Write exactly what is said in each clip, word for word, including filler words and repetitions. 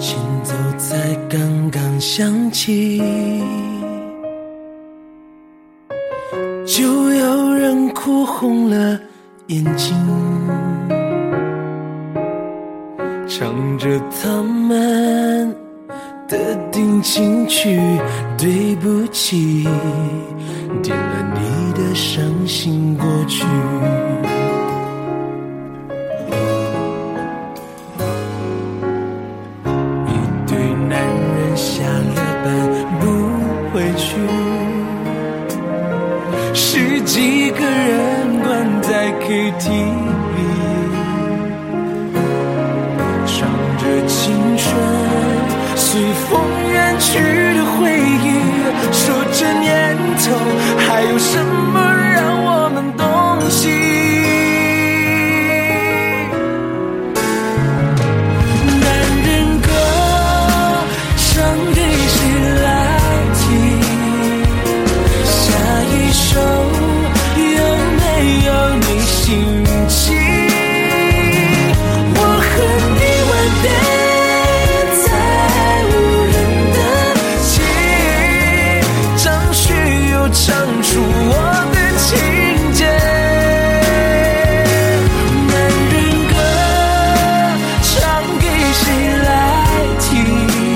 前奏才刚刚响起，就有人哭红了眼睛，唱着他们的定情曲，对不起，点了你的伤心过去。一对男人下了班不回去，十几个人关在 K T V， 唱着青春随风远去的回忆，说这年头还有什么让我们动心。男人歌唱给谁来听？下一首有没有你心情？我和你吻别唱出我的情节，男人歌唱给谁来听？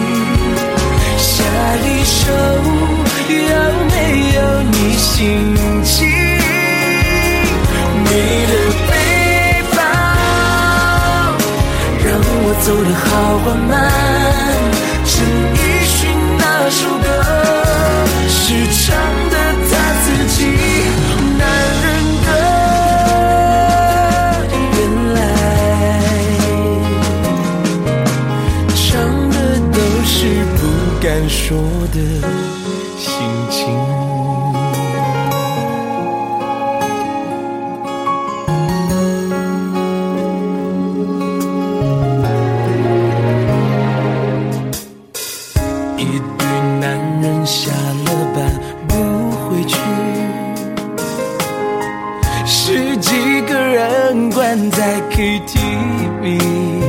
下一首有没有你心情？你的背包让我走得好缓慢，陈奕迅那首歌是唱的自己。男人歌原来唱的都是不敢说的心情。一对男人下了班不回去，十几个人关在 K T V，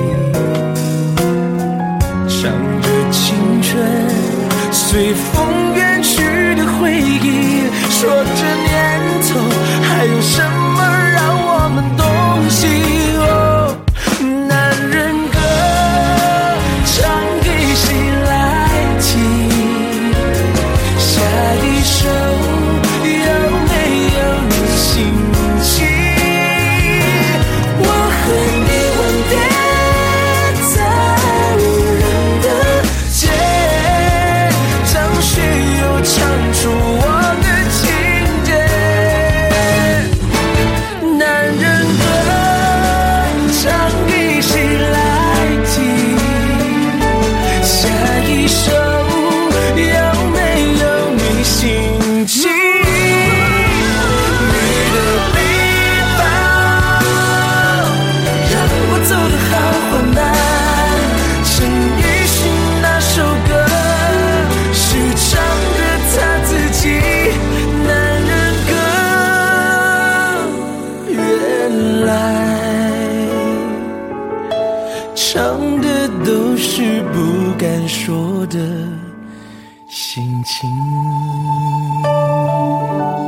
唱着青春随风远去的回忆，说这年头还有什么让我们动心。哦，男人歌唱给谁来听？下一首有没有你心情？我和你吻别在无人的街，张学友唱出我的情节。男人歌唱给谁来听？下一首有没有你心情？你的背包让我走得好缓慢，陈奕迅那首歌是唱着他自己。男人歌原来唱的都是不敢说的心情。